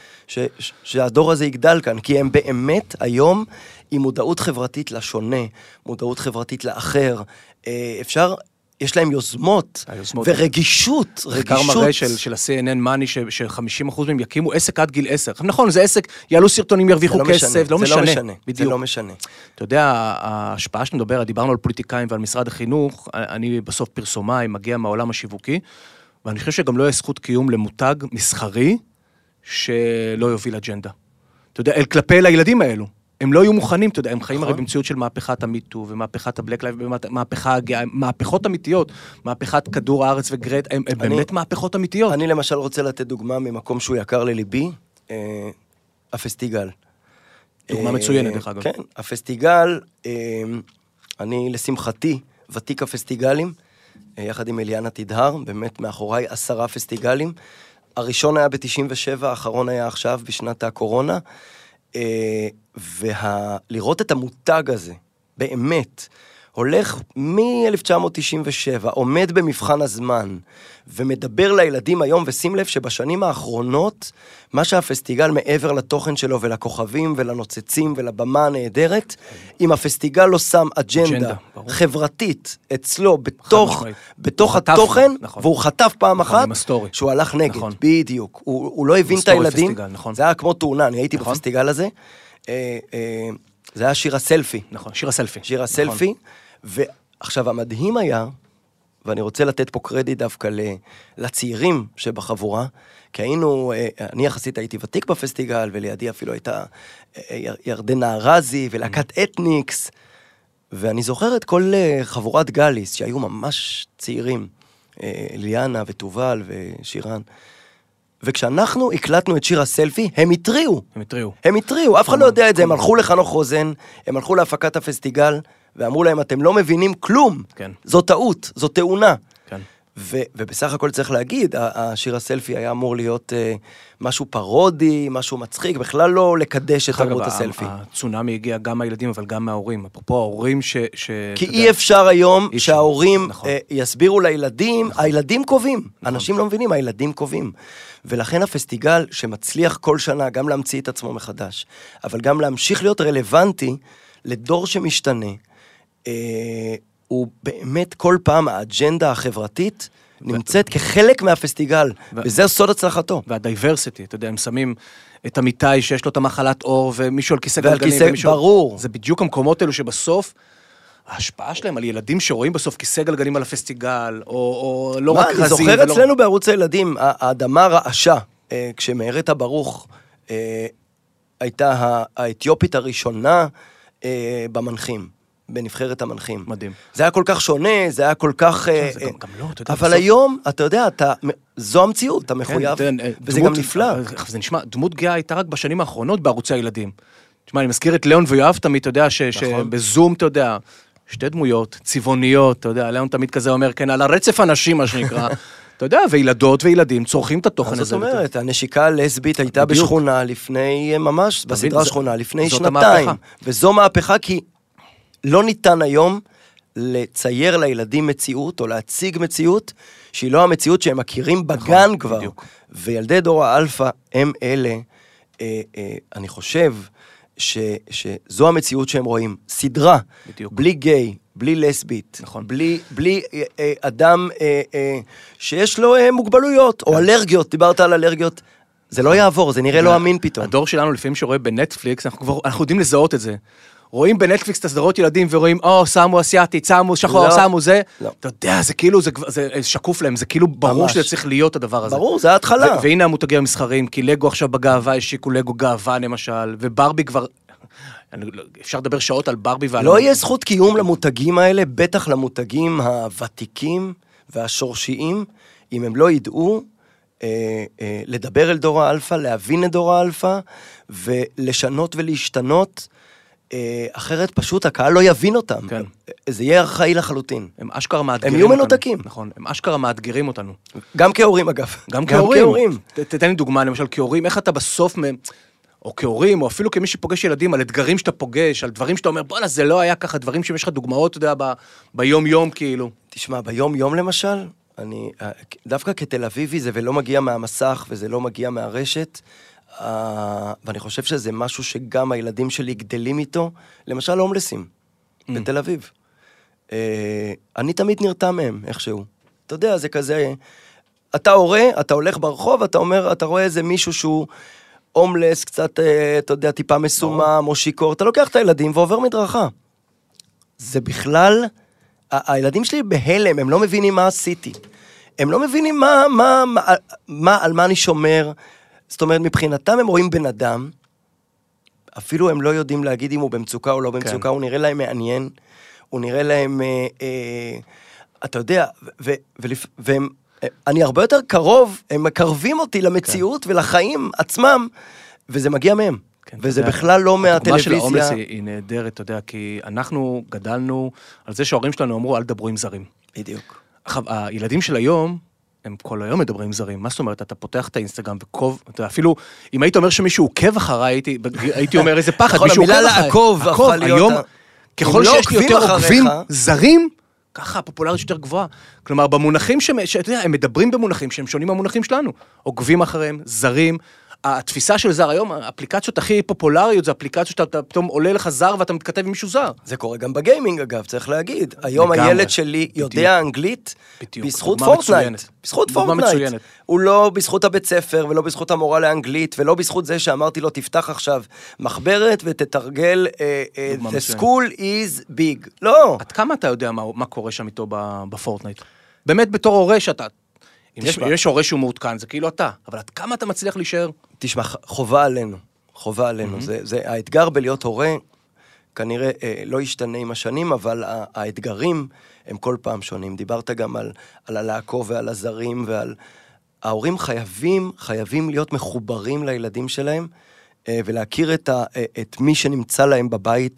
שהדור הזה יגדל כאן, כי הם באמת היום עם מודעות חברתית לשונה, מודעות חברתית לאחר, אפשר... יש להם יוזמות ורגישות. מחקר מראה של ה-CNN מאני, ש50% מהם יקימו עסק עד גיל 10. נכון, זה עסק, יעלו סרטונים, ירוויחו כסף, לא משנה. זה לא משנה. אתה יודע, ההשפעה שנדבר, דיברנו על פוליטיקאים ועל משרד החינוך, אני בסוף פרסומאי, מגיע מהעולם השיווקי, ואני חושב שגם לא יש זכות קיום למותג מסחרי, שלא יוביל אג'נדה. אתה יודע, כלפי הילדים האלו. הם לא יהיו מוכנים, אתה יודע, הם חיים הרי במציאות של מהפכת המיטו, ומהפכת הבלק לייב, מהפכות אמיתיות, מהפכת כדור הארץ וגרד, הם באמת מהפכות אמיתיות. אני למשל רוצה לתת דוגמה ממקום שהוא יקר לליבי, הפסטיגל. דוגמה מצוינת, דרך אגב. כן, הפסטיגל, אני לשמחתי, ותיק הפסטיגלים, יחד עם אליאנה תדהר, באמת מאחוריי 10 פסטיגלים. הראשון היה ב-97, האחרון היה עכשיו בשנת הקורונה, ולראות את המותג הזה, באמת, הולך מ-1997, עומד במבחן הזמן, ומדבר לילדים היום, ושים לב שבשנים האחרונות, מה שהפסטיגל מעבר לתוכן שלו, ולכוכבים, ולנוצצים, ולבמה הנהדרת, אם הפסטיגל לא שם אג'נדה חברתית אצלו, בתוך התוכן, והוא חטף פעם אחת, שהוא הלך נגד, בדיוק. הוא לא הבין את הילדים, זה היה כמו תאונה, אני הייתי בפסטיגל הזה, זה היה שיר הסלפי. נכון, שיר הסלפי. שיר הסלפי, ועכשיו המדהים היה, ואני רוצה לתת פה קרדיט דווקא לצעירים שבחבורה, כי אני יחסית הייתי ותיק בפסטיגל, ולידי אפילו הייתה ירדנה ארזי, ולהקת אתניקס, ואני זוכר את כל חבורת גליס, שהיו ממש צעירים, ליאנה וטובל ושירן, וכשאנחנו הקלטנו את שיר הסלפי, הם התריעו, אף אחד לא יודע את זה, הם הלכו לחנוך רוזן, הם הלכו להפקת הפסטיגל, ואמרו להם, אתם לא מבינים כלום, זו טעות, זו תאונה. ובסך הכל צריך להגיד, השיר הסלפי היה אמור להיות משהו פרודי, משהו מצחיק, בכלל לא לקדש את תרבות הסלפי. הצונאמי הגיע גם מהילדים, אבל גם מההורים. אפרופו ההורים כי אי אפשר היום שההורים יסבירו לילדים, הילדים קובעים, אנשים לא מבינים, הילדים קובעים. ולכן הפסטיגל שמצליח כל שנה גם להמציא את עצמו מחדש, אבל גם להמשיך להיות רלוונטי לדור שמשתנה, הוא באמת כל פעם האג'נדה החברתית נמצאת כחלק מהפסטיגל, וזה סוד הצלחתו. והדייברסיטי, אתה יודע, הם שמים את המיטאי שיש לו את המחלת אור, ומישהו על כיסא גלגלים. ברור. זה בדיוק המקומות האלו שבסוף, ההשפעה שלהם על ילדים שרואים בסוף כיסא גלגלים על הפסטיגל, או לא רק רזים. אני זוכר אצלנו בערוץ הילדים, האדמה רעשה, כשמארת ברוך הייתה האתיופית הראשונה במנחים. בנבחרת המנחים. מדהים. זה היה כל כך שונה, זה היה כל כך... גם לא, אתה יודע, אבל היום, אתה יודע, זו המציאות, אתה מחויב, וזה גם נפלא. זה נשמע, דמות גאה הייתה רק בשנים האחרונות בערוצי הילדים. תשמע, אני מזכיר את ליאון ויואב תמיד, אתה יודע, שבזום, אתה יודע, שתי דמויות, צבעוניות, אתה יודע, ליאון תמיד כזה אומר, כן, על הרצף אנשים, מה שנקרא, אתה יודע, וילדות וילדים צורכים את התוכן הזה. זאת אומרת, הנשיקה הלסבית הייתה בשכונה לפני, ממש, בסדרה שכונה לפני שנתיים. וזו מהפכה, כי לא ניתן היום לצייר לילדים מציאות, או להציג מציאות, שהיא לא המציאות שהם מכירים בגן כבר. בדיוק. וילדי דור האלפא הם אלה, אני חושב, שזו המציאות שהם רואים. סדרה, בדיוק. בלי גיי, בלי לסבית, נכון. בלי אדם שיש לו מוגבלויות, או אלרגיות, דיברת על אלרגיות, זה לא יעבור, זה נראה לא אמין פתאום. הדור שלנו לפעמים שרואה בנטפליקס, אנחנו יודעים לזהות את זה. רואים בנטפליקס את הסדרות ילדים ורואים, שמו אסיאטי, שמו שחור, שמו זה. אתה יודע, זה כאילו, זה שקוף להם, זה כאילו ברור שזה צריך להיות הדבר הזה. ברור, זה ההתחלה. והנה המותגים המסחרים, כי לגו עכשיו בגאווה, השיקו לגו גאווה למשל, וברבי כבר, אפשר לדבר שעות על ברבי ועל... לא יהיה זכות קיום למותגים האלה, בטח למותגים הוותיקים והשורשיים, אם הם לא ידעו לדבר אל דור האלפא, להבין את דור האלפא, ולשנות ולהשתנות, אחרת פשוט הקהל לא יבין אותם. כן. זה יהיה ארכאי לחלוטין. הם אשכרה מאתגרים אותנו. הם יהיו מנותקים. נכון, הם אשכרה מאתגרים אותנו. גם כהורים אגב. גם כהורים. תתן לי דוגמה, למשל כהורים, איך אתה בסוף, או כהורים, או אפילו כמי שפוגש ילדים, על אתגרים שאתה פוגש, על דברים שאתה אומר, בוא'נה, זה לא היה ככה, דברים שיש לך דוגמאות, אתה יודע, ביום יום כאילו. תשמע, ביום יום למשל, דווקא כתל אביבי זה ולא מגיע מהמסך, וזה לא מגיע מהרשת, ואני חושב שזה משהו שגם הילדים שלי גדלים איתו, למשל הומלסים, בתל אביב. אני תמיד נרתע מהם, איכשהו. אתה יודע, זה כזה, אתה הורה, אתה הולך ברחוב, אתה אומר, אתה רואה איזה מישהו שהוא הומלס, קצת, אתה יודע, טיפה מסומם או שיקור, אתה לוקח את הילדים ועובר מדרכה. זה בכלל, הילדים שלי בהלם, הם לא מבינים מה עשיתי. הם לא מבינים על מה אני שומר. זאת אומרת, מבחינתם הם רואים בן אדם, אפילו הם לא יודעים להגיד אם הוא במצוקה או לא במצוקה, הוא נראה להם מעניין, הוא נראה להם, אתה יודע, ואני הרבה יותר קרוב, הם מקרבים אותי למציאות ולחיים עצמם, וזה מגיע מהם. וזה בכלל לא מהטלוויזיה. התגובה של ההומלס היא נהדרת, אתה יודע, כי אנחנו גדלנו על זה שההורים שלנו אמרו, אל דברו עם זרים. בדיוק. הילדים של היום, הם כל היום מדברים עם זרים. מה זאת אומרת? אתה פותח את האינסטגרם וקוב, אפילו, אם היית אומר שמישהו עוקב אחריי, הייתי אומר איזה פחד, מישהו עוקב אחריי. לעקוב, היום, ככל שיש לי יותר עוקבים זרים, ככה הפופולריות יותר גבוהה. כלומר, במונחים שאתה יודע, הם מדברים במונחים שהם שונים מהמונחים שלנו. עוקבים אחריהם, זרים, התפיסה של זר היום, האפליקציות הכי פופולריות, זה אפליקציות שאתה פתאום עולה לך זר ואתה מתכתב עם מישהו זר. זה קורה גם בגיימינג אגב, צריך להגיד. היום הילד שלי יודע אנגלית בזכות פורטנייט. בזכות פורטנייט. הוא לא בזכות הבית ספר ולא בזכות המורה לאנגלית ולא בזכות זה שאמרתי לו תפתח עכשיו מחברת ותתרגל The school is big. לא. עד כמה אתה יודע מה קורה שם איתו בפורטנייט? באמת בתור הורה שאתה... אם יש הורה שהוא מעודכן, זה כאילו אתה, אבל עד כמה אתה מצליח להישאר? תשמע, חובה עלינו, זה האתגר בלהיות הורה, כנראה לא ישתנה עם השנים, אבל האתגרים הם כל פעם שונים. דיברת גם על הלעקוב ועל הזרים, ועל... ההורים חייבים להיות מחוברים לילדים שלהם, ולהכיר את מי שנמצא להם בבית,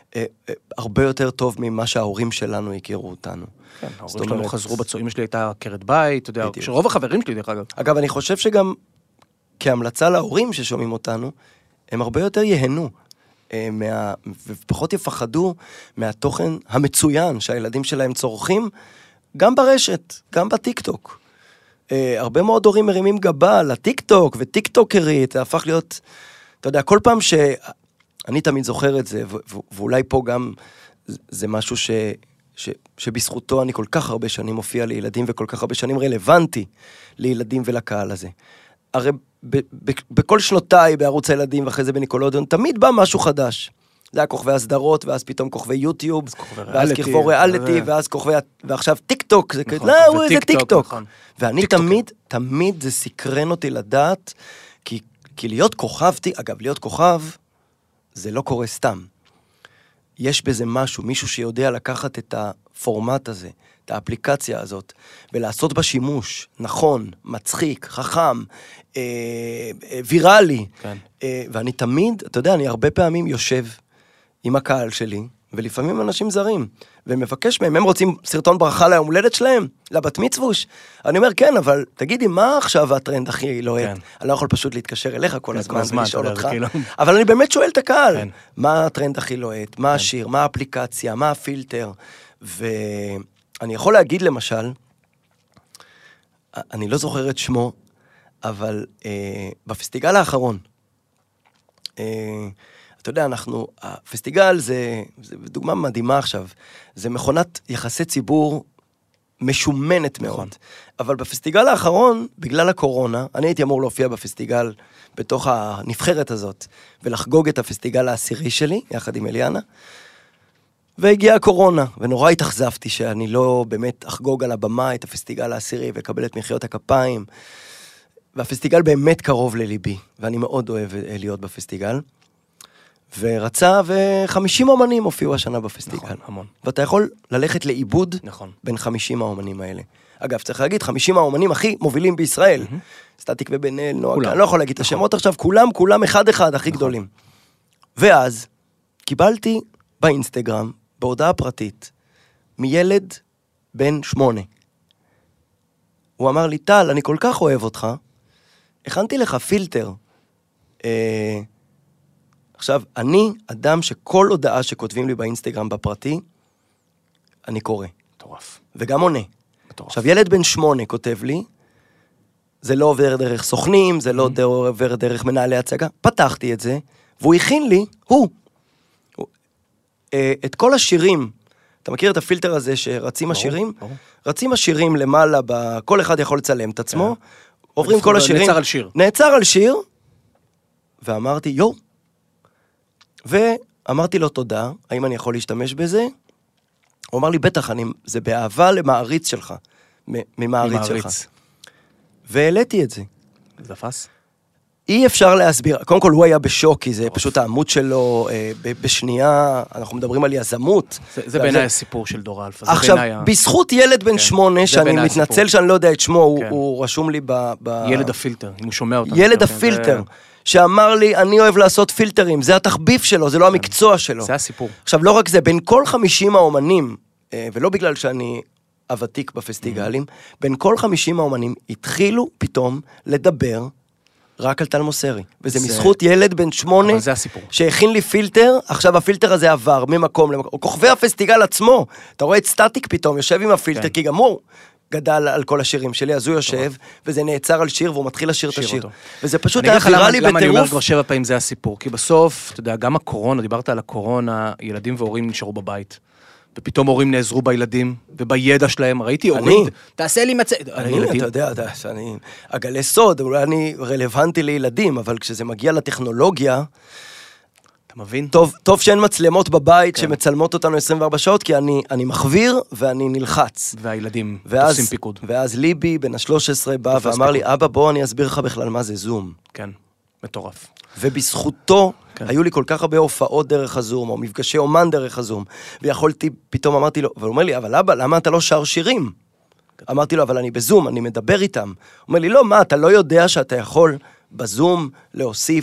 הרבה יותר טוב ממה שההורים שלנו הכירו אותנו. כן, ההורים שלנו חזרו אמא שלי הייתה עקרת בית, אתה יודע, שרוב החברים שלי דרך אגב. אגב, אני חושב שגם כהמלצה להורים ששומעים אותנו, הם הרבה יותר יהנו, ופחות יפחדו מהתוכן המצוין שהילדים שלהם צורכים, גם ברשת, גם בטיקטוק. הרבה מאוד הורים מרימים גבה לטיקטוק וטיקטוקרית, זה הפך להיות, אתה יודע, כל פעם אני תמיד זוכר את זה, ואולי פה גם זה משהו שבזכותו אני כל כך הרבה שנים מופיע לילדים, וכל כך הרבה שנים רלוונטי לילדים ולקהל הזה. הרי בכל שנותיי בערוץ הילדים, ואחרי זה בניקולודיון, תמיד בא משהו חדש. זה היה כוכבי הסדרות, ואז פתאום כוכבי יוטיוב, ואז כוכבי ריאליטי, ואז כוכבי, ועכשיו טיקטוק, זה כזה, לא, זה טיקטוק. ואני תמיד זה סקרן אותי לדעת, כי להיות כוכב, אגב, להיות כוכב, זה לא קורה סתם. יש בזה מישהו שיודע לקחת את הפורמט הזה, את האפליקציה הזאת, ולעשות בה שימוש, נכון, מצחיק, חכם, ויראלי. כן. ואני תמיד, אתה יודע, אני הרבה פעמים יושב עם הקהל שלי, ולפעמים אנשים זרים, ומבקש מהם, הם רוצים סרטון ברכה ליום הולדת שלהם, לבת מצווש. אני אומר, כן, אבל תגידי, מה עכשיו הטרנד הכי לוהט? כן. אני לא יכול פשוט להתקשר אליך כל הזמן ולשאול אותך. אבל אני באמת שואל את הקהל, כן. מה הטרנד הכי לוהט? מה השיר? מה האפליקציה? מה הפילטר? ואני יכול להגיד למשל, אני לא זוכר את שמו, אבל בפסטיגל האחרון, אתה יודע, הפסטיגל זה דוגמה מדהימה עכשיו, זה מכונת יחסי ציבור משומנת מאוד, אבל בפסטיגל האחרון, בגלל הקורונה, אני הייתי אמור להופיע בפסטיגל בתוך הנבחרת הזאת, ולחגוג את הפסטיגל העשירי שלי, יחד עם אליאנה, והגיעה הקורונה, ונורא התאכזבתי שאני לא באמת אחגוג על הבמה את הפסטיגל העשירי, וקבל את מחיאות הכפיים, והפסטיגל באמת קרוב לליבי, ואני מאוד אוהב להיות בפסטיגל, ורצה, ו50 אומנים הופיעו השנה בפסטיגל. נכון, המון. ואתה יכול ללכת לאיבוד נכון. בין 50 האומנים האלה. אגב, צריך להגיד, 50 האומנים הכי מובילים בישראל. סטטיק ובן אל, נועה, אני לא יכול להגיד את השמות עכשיו, כולם אחד הכי גדולים. ואז, קיבלתי באינסטגרם, בהודעה פרטית, מילד בן 8. הוא אמר לי, טל, אני כל כך אוהב אותך, הכנתי לך פילטר, עכשיו, אני אדם שכל הודעה שכותבים לי באינסטגרם בפרטי, אני קורא. מטורף. וגם עונה. מטורף. עכשיו, ילד בן 8 כותב לי, זה לא עובר דרך סוכנים, זה לא עובר דרך מנהלי הצגה. פתחתי את זה, והוא הכין לי, את כל השירים, אתה מכיר את הפילטר הזה שרצים השירים? רצים השירים למעלה, כל אחד יכול לצלם את עצמו, עוברים כל השירים. נעצר על שיר. נעצר על שיר, ואמרתי, ואמרתי לו תודה, האם אני יכול להשתמש בזה? הוא אמר לי, בטח, זה באהבה למעריץ שלך, ממעריץ שלך. והעליתי את זה. זה תפס? אי אפשר להסביר, קודם כל הוא היה בשוק, כי זה פשוט העמוד שלו בשנייה, אנחנו מדברים על יזמות. זה בעיניי הסיפור של דור אלפא. עכשיו, בזכות ילד בן 8, שאני מתנצל שאני לא יודע את שמו, הוא רשום לי ילד הפילטר, אם הוא שומע אותנו. ילד הפילטר. שאמר לי, אני אוהב לעשות פילטרים, זה התחביב שלו, זה לא המקצוע שלו. זה הסיפור. עכשיו, לא רק זה, בין כל 50 האומנים, ולא בגלל שאני הוותיק בפסטיגלים, בין כל 50 האומנים התחילו פתאום לדבר רק על טל מוסרי. וזה מזכות ילד בן 8, שהכין לי פילטר, עכשיו הפילטר הזה עבר ממקום למקום, או כוכבי הפסטיגל עצמו, אתה רואה את סטטיק פתאום, יושב עם הפילטר, כי גם הוא גדל על כל השירים שלי, אז הוא יושב, וזה נעצר על שיר, והוא מתחיל לשיר את השיר. וזה פשוט היה ויראלי בטירוף. למה אני אומר כבר 7 פעמים זה הסיפור? כי בסוף, אתה יודע, גם הקורונה, דיברת על הקורונה, ילדים והורים נשארו בבית. ופתאום הורים נעזרו בילדים, ובידע שלהם, ראיתי הורים, תעשה לי מצא... אתה יודע, אגלה סוד, אולי אני רלוונטי לילדים, אבל כשזה מגיע לטכנולוגיה, אתה מבין? טוב שאין מצלמות בבית שמצלמות אותנו 24 שעות, כי אני מחביר ואני נלחץ. והילדים תופסים פיקוד. ואז ליבי, בן ה-13, בא ואמר לי, אבא, בוא אני אסביר לך בכלל מה זה זום. כן, מטורף. ובזכותו, היו לי כל כך הרבה הופעות דרך הזום, או מפגשי אומן דרך הזום, ויכולתי, פתאום אמרתי לו, והוא אומר לי, אבל אבא, למה אתה לא שר שירים? אמרתי לו, אבל אני בזום, אני מדבר איתם. הוא אומר לי, לא, מה, אתה לא יודע שאתה יכול בזום להוסיף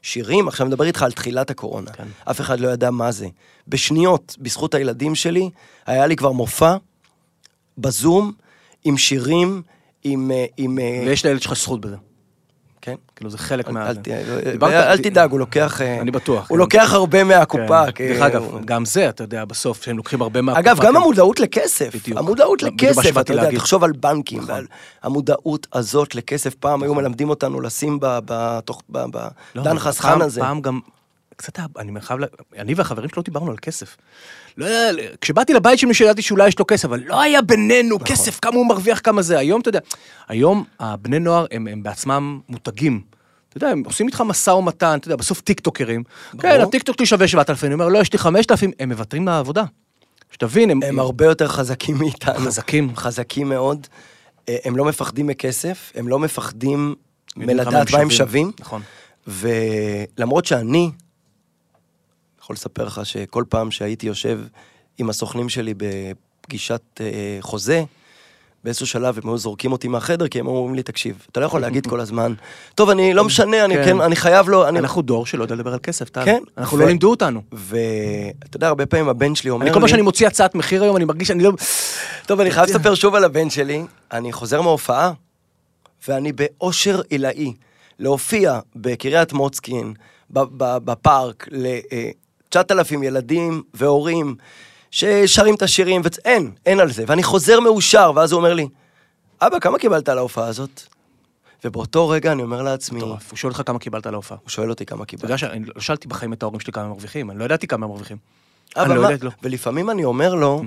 שירים, עכשיו מדבר איתך על תחילת הקורונה. כן. אף אחד לא ידע מה זה. בשניות, בזכות הילדים שלי, היה לי כבר מופע בזום, עם שירים, ויש לילד שלך זכות בזה. כן. כאילו זה חלק מה... אל תדאג, הוא לוקח... אני בטוח. הוא לוקח הרבה מהקופה. דרך אגב, גם זה, אתה יודע, בסוף, שהם לוקחים הרבה מהקופה. אגב, גם המודעות לכסף. המודעות לכסף, אתה יודע, תחשוב על בנקים, המודעות הזאת לכסף, פעם היו מלמדים אותנו לשים בדן חסכן הזה. פעם גם... קצת, אני והחברים שלו דיברנו על כסף. כשבאתי לבית של מישהו ידעתי שאולי יש לו כסף, אבל לא היה בינינו כסף, כמה הוא מרוויח, כמה זה. היום, אתה יודע, היום הבני נוער הם בעצמם מותגים. אתה יודע, הם עושים איתך מסע ומתן, אתה יודע, בסוף טיקטוקרים. כן, הטיקטוק לי שווה 7,000, אני אומר, לא, יש לי 5,000, הם מוותרים לעבודה. שתבין, הם הרבה יותר חזקים מאיתנו. חזקים. חזקים מאוד. הם לא מפחדים מכסף, הם לא מפחדים מלדעת מה הם שווים. נכון. ולמרות שאני יכול לספר לך שכל פעם שהייתי יושב עם הסוכנים שלי בפגישת חוזה, באיזשהו שלב הם היו זורקים אותי מהחדר, כי הם אומרים לי, תקשיב, אתה לא יכול להגיד כל הזמן, טוב, אני לא משנה, אני חייב לו... אנחנו דור שלא יודע לדבר על כסף, אנחנו לא לימדו אותנו. ואתה יודע, הרבה פעמים הבן שלי אומר לי... כל מה שאני מוציא הצעת מחיר היום, אני מרגיש שאני לא... טוב, אני חייב לספר שוב על הבן שלי, אני חוזר מההופעה, ואני באושר עילאי, להופיע בקריית מוצקין, בפארק, 9,000 ילדים והורים ששרים את השירים, אין על זה. ואני חוזר מאושר, ואז הוא אומר לי, אבא, כמה קיבלת על ההופעה הזאת? ובאותו רגע אני אומר לעצמי... הוא שואל לך כמה קיבלת על ההופעה. הוא שואל אותי כמה קיבלת. אתה יודע שאני לא שאלתי בחיים את ההורים שלי כמה הם מרוויחים, אני לא ידעתי כמה הם מרוויחים. ולפעמים אני אומר לו,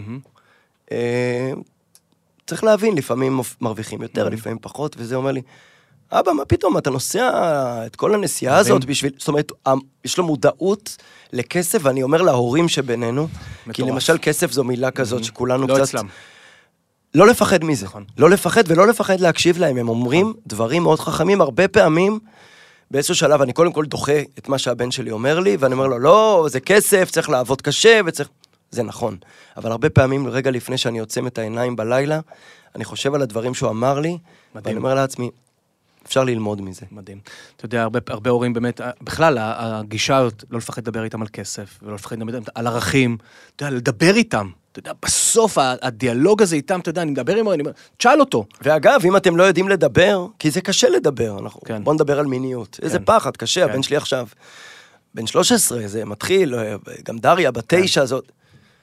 צריך להבין, לפעמים מרוויחים יותר, לפעמים פחות, וזה אומר לי, אבא, מה פתאום, אתה נוסע את כל הנסיעה הזאת בשביל... זאת אומרת, יש לו מודעות לכסף, ואני אומר להורים שבינינו, כי למשל כסף זו מילה כזאת שכולנו קצת... לא אצלם. לא לפחד מזה. לא לפחד ולא לפחד להקשיב להם. הם אומרים דברים מאוד חכמים, הרבה פעמים, באיזשהו שלב אני קודם כל דוחה את מה שהבן שלי אומר לי, ואני אומר לו, לא, זה כסף, צריך לעבוד קשה, וצריך... זה נכון. אבל הרבה פעמים, רגע לפני שאני עוצם את העיניים בלילה, אני חושב על הדברים שהוא אמר לי, ואני אומר לעצמי, אפשר ללמוד מזה. מדהים. אתה יודע, הרבה הורים באמת, בכלל, הגישה לא לפחד לדבר איתם על כסף, ולא לפחד לדבר איתם על ערכים, אתה יודע, לדבר איתם. אתה יודע, בסוף הדיאלוג הזה איתם, אתה יודע, אני מדבר עם הורים, תשאל אותו. ואגב, אם אתם לא יודעים לדבר, כי זה קשה לדבר, בוא נדבר על מיניות. איזה פחד, קשה, הבן שלי עכשיו, בן 13, זה מתחיל, גם דריה, ב9 הזאת.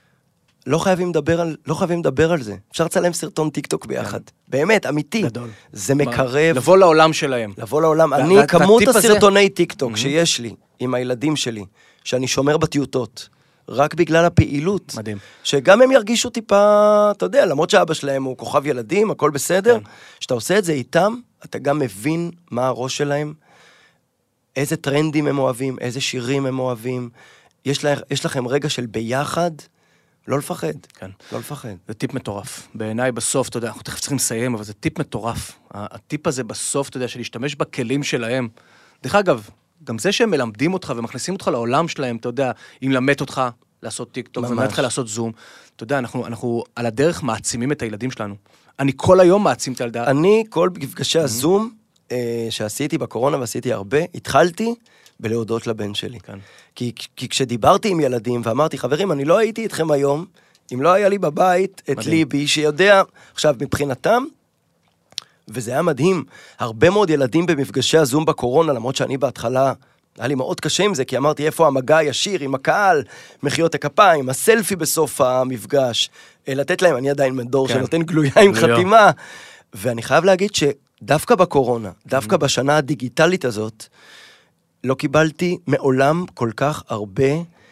לא חייבים לדבר על זה. אפשר לצלם סרטון טיקטוק ביחד. באמת, אמיתי. גדול. זה מקרב. לבוא לעולם שלהם. לבוא לעולם. אני, כמות הסרטוני טיקטוק שיש לי, עם הילדים שלי, שאני שומר בטיוטות, רק בגלל הפעילות. מדהים. שגם הם ירגישו טיפה, אתה יודע, למרות שאבא שלהם הוא כוכב ילדים, הכל בסדר. שאתה עושה את זה איתם, אתה גם מבין מה הראש שלהם, איזה טרנדים הם אוהבים, איזה שירים הם אוהבים. יש לכם רגע של ביחד, לא לפחד. כן. לא לפחד. זה טיפ מטורף. בעיניי בסוף, אתה יודע, אנחנו תכף צריכים לסיים, אבל זה טיפ מטורף. הטיפ הזה בסוף, אתה יודע, של להשתמש בכלים שלהם. דרך אגב, גם זה שהם מלמדים אותך ומכניסים אותך לעולם שלהם, אתה יודע, אם למד אותך לעשות טיקטוק, ומלמד אותך לעשות זום, אתה יודע, אנחנו על הדרך מעצימים את הילדים שלנו. אני כל היום מעצים את הילדה. אני, כל מפגשי הזום שעשיתי בקורונה ועשיתי הרבה, התחלתי בלהודות לבן שלי. כן. כי כשדיברתי עם ילדים ואמרתי, חברים, אני לא הייתי איתכם היום, אם לא היה לי בבית את ליבי, שיודע, עכשיו, מבחינתם, וזה היה מדהים, הרבה מאוד ילדים במפגשי הזום בקורונה, למרות שאני בהתחלה, היה לי מאוד קשה עם זה, כי אמרתי, איפה המגע הישיר עם הקהל, מחיאות הכפיים, הסלפי בסוף המפגש, לתת להם, אני עדיין מדור שנותן גלויה עם חתימה, ואני חייב להגיד שדווקא בקורונה, דווקא בשנה הדיגיטלית הזאת, לא קיבלתי מעולם כל כך הרבה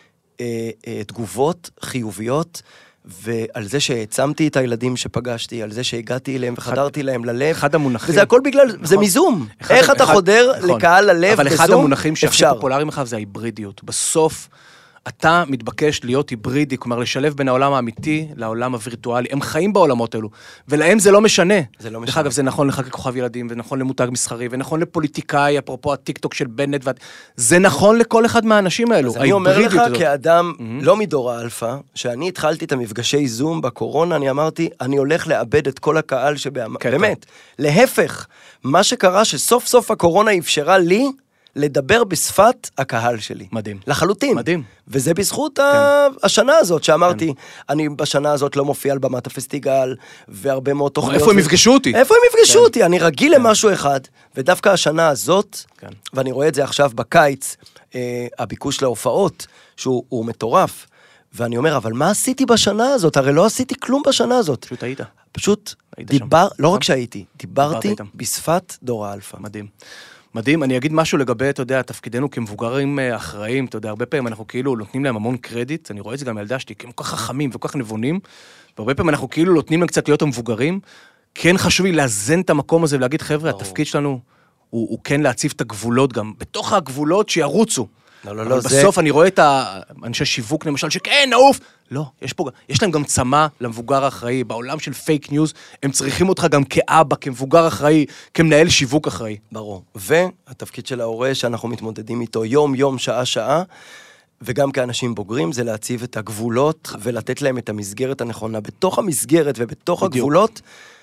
תגובות חיוביות, ועל זה שהעצמתי את הילדים שפגשתי, על זה שהגעתי אליהם וחדרתי להם ללב. אחד המונחים. וזה הכל בגלל, זה מיזום. איך אתה חודר לקהל ללב בזום? אבל אחד המונחים שהכי פופולריים לך זה ההיברידיות. בסוף, אתה מתבקש להיות היברידי, כלומר לשלב בין העולם האמיתי לעולם הווירטואלי. הם חיים בעולמות האלו, ולהם זה לא משנה. זה לא משנה. דרך אגב, זה נכון לך ככוכב ילדים, ונכון למותג מסחרי, ונכון לפוליטיקאי, אפרופו הטיקטוק של בנט, זה נכון לכל אחד מהאנשים האלו. אז אני אומר לך כאדם לא מדור האלפא, שאני התחלתי את המפגשי זום בקורונה, אני אמרתי, אני הולך לאבד את כל הקהל באמת. להפך, מה שקרה שסוף סוף הקורונה אפשרה לי לדבר בשפת הקהל שלי. מדהים. לחלוטין. מדהים. וזה בזכות השנה הזאת, שאמרתי, אני בשנה הזאת לא מופיע על במת הפסטיגל, והרבה מאוד תוכניות. איפה הם יפגשו אותי? איפה הם יפגשו אותי? אני רגיל למשהו אחד, ודווקא השנה הזאת, כן. ואני רואה את זה עכשיו בקיץ, הביקוש להופעות, שהוא מטורף, ואני אומר, אבל מה עשיתי בשנה הזאת? הרי לא עשיתי כלום בשנה הזאת. פשוט היית. פשוט לא רק שהייתי, דיברתי בשפת דור האלפא. מדהים. מדהים, אני אגיד משהו לגבי, אתה יודע, תפקידנו כמבוגרים אחראים, אתה יודע, הרבה פעמים אנחנו כאילו נותנים להם המון קרדיט, אני רואה את זה גם ילדה שלי, כי הם כל כך חכמים וכל כך נבונים, והרבה פעמים אנחנו כאילו נותנים להם קצת להיות המבוגרים, כן חשוב לי לאזן את המקום הזה ולהגיד, חבר'ה, התפקיד שלנו הוא כן להציב את הגבולות גם, בתוך הגבולות שירוצו. אבל בסוף אני רואה את האנשי שיווק למשל, שכן, נעוף. לא, יש להם גם צמא למבוגר האחראי, בעולם של פייק ניוז, הם צריכים אותך גם כאבא, כמבוגר אחראי, כמנהל שיווק אחראי. ברור. והתפקיד של ההורה שאנחנו מתמודדים איתו יום, שעה, וגם כאנשים בוגרים, זה להציב את הגבולות, ולתת להם את המסגרת הנכונה. בתוך המסגרת ובתוך הגבולות,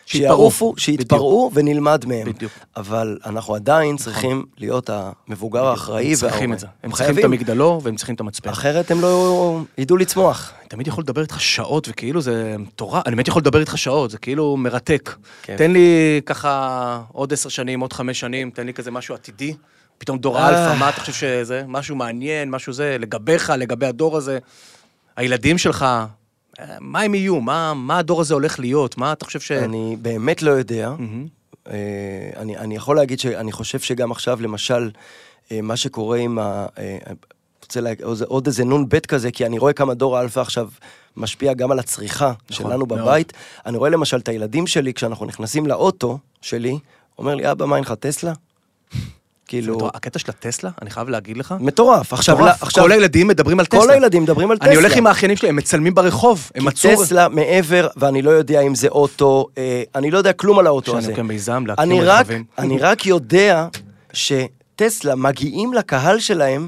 שיתפרעו ונלמד מהם. בדיוק. אבל אנחנו עדיין צריכים להיות המבוגר האחראי. הם צריכים את זה. הם צריכים את המגדלור והם צריכים את המצפן. אחרת הם לא ידעו לצמוח. אני תמיד יכול לדבר איתך שעות, וכאילו זה תורה. אני באמת יכול לדבר איתך שעות, זה כאילו מרתק. תן לי ככה עוד 10 שנים, עוד 5 שנים, תן לי כזה משהו עתידי. פתאום דור אלפא, מה אתה חושב שזה? משהו מעניין, משהו זה, לגביך, לגבי הדור הזה. הילדים שלך, מה הם יהיו? מה הדור הזה הולך להיות? מה אתה חושב ש... אני באמת לא יודע. אני יכול להגיד שאני חושב שגם עכשיו, למשל, מה שקורה עם רוצה עוד איזה נון בית כזה, כי אני רואה כמה דור האלפא עכשיו משפיע גם על הצריכה שלנו בבית. אני רואה למשל את הילדים שלי, כשאנחנו נכנסים לאוטו שלי, אומר לי, אבא, מה אין לך טסלה? כאילו... הקטע של הטסלה, אני חייב להגיד לך. מטורף. עכשיו, כל הילדים מדברים על טסלה. כל הילדים מדברים על טסלה. אני הולך עם האחיינים שלי, הם מצלמים ברחוב, הם מצאו... כי טסלה מעבר, ואני לא יודע אם זה אוטו, אני לא יודע כלום על האוטו הזה. שאני אוכל מיזם, להקים רכבים. אני רק יודע שטסלה מגיעים לקהל שלהם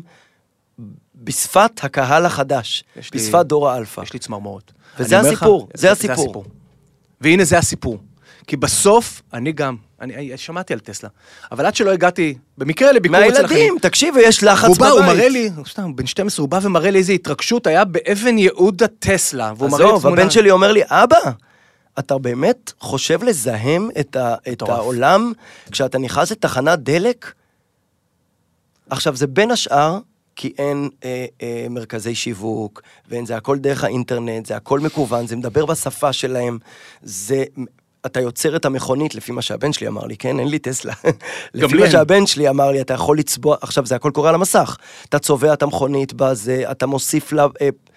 בשפת הקהל החדש, בשפת דור האלפא. יש לי צמרמורת. וזה הסיפור, זה הסיפור. והנה זה הסיפור. כי בסוף, אני גם, אני שמעתי על טסלה, אבל עד שלא הגעתי, במקרה לביקור אצל אחרים. מהילדים, תקשיב, ויש לחץ בבית. הוא מראה לי, בן 12, הוא בא ומראה לי איזו התרגשות, היה באבן יהודה טסלה, והוא מראה לי תמונה. הבן שלי אומר לי, אבא, אתה באמת חושב לזהם את העולם, כשאתה נכנס לתחנת דלק? עכשיו, זה בין השאר, כי אין מרכזי שיווק, ואין, זה הכל דרך האינטרנט, זה הכל מקוון, זה מדבר בשפה שלהם, זה... אתה יוצר את המכונית, לפי מה שהבן שלי אמר לי, כן? אין לי טסלה. לפי מה שהבן שלי אמר לי, אתה יכול לצבוע, עכשיו זה הכל קורה על המסך. אתה צובע את המכונית בזה, אתה מוסיף לה,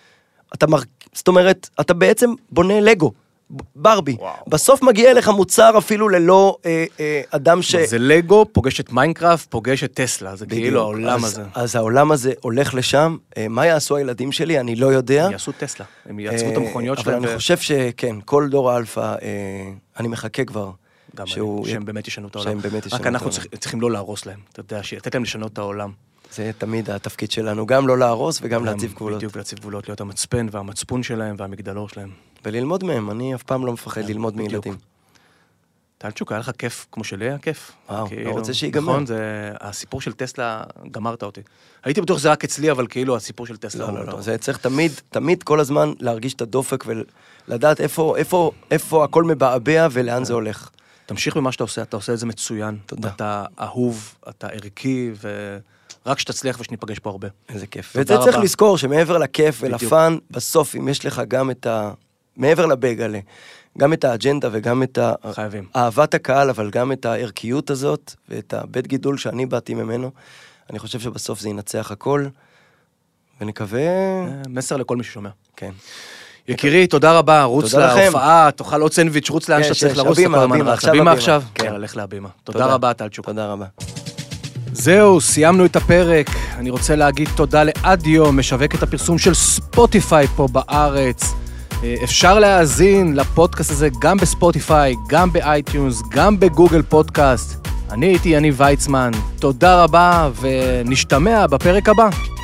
זאת אומרת, אתה בעצם בונה לגו, ברבי. בסוף מגיע אליך מוצר אפילו ללא אדם ש... זה לגו, פוגש את מיינקראפט, פוגש את טסלה, זה כאילו העולם הזה. אז העולם הזה הולך לשם, מה יעשו הילדים שלי? אני לא יודע. הם יעשו טסלה, הם יעצבו את המכוניות שלהם. אבל אני חושב שכן, כל דור האלפא, אני מחכה כבר. גם שהם באמת ישנו את העולם. רק אנחנו צריכים לא להרוס להם, אתה יודע, לתת להם לשנות את העולם. זה תמיד התפקיד שלנו, גם לא להרוס וגם להציב גבולות. בדיוק, להציב גבולות, להיות המצפן והמצפון שלהם והמגדלור שלהם. וללמוד מהם, אני אף פעם לא מפחד ללמוד מילדים. טלצ'וק, היה לך כיף כמו שלי היה כיף. וואו, לא רוצה שיגמר. נכון, הסיפור של טסלה גמרת אותי. הייתי בטוח שזה רק אצלי, אבל כאילו הסיפור של טסלה... לא, זה צריך תמיד כל הזמן להרגיש את הדופק ולדעת איפה הכל מבעבע ולאן זה הולך. תמשיך במה שאתה עושה, אתה עושה את זה מצוין. תודה. אתה אהוב, אתה ערכי, ורק שתצליח ושניפגש פה הרבה. איזה כיף. ואת זה צריך לזכור, שמעבר לכיף ולפן, בסוף אם יש לך גם את מעבר לבגלה, גם את האג'נדה וגם את אהבת הקהל, אבל גם את הערכיות הזאת, ואת הבית גידול שאני באתי ממנו, אני חושב שבסוף זה ינצח הכל, ונקווה... מסר לכל מי ששומע. כן. יקירי, תודה רבה, רוץ להופעה, תאכל עוד סנדוויץ', רוץ לאן שאתה צריך לרוץ. הבימה עכשיו? כן, הלך להבימה. תודה רבה, טלצ'וק. תודה רבה. זהו, סיימנו את הפרק. אני רוצה להגיד תודה לאדיו, משווקת הפרסום של ספוטיפיי פה בארץ. אפשר להאזין לפודקאסט הזה גם בספוטיפיי, גם באייטיונס, גם בגוגל פודקאסט. אני הייתי יניב ויצמן. תודה רבה ונשתמע בפרק הבא.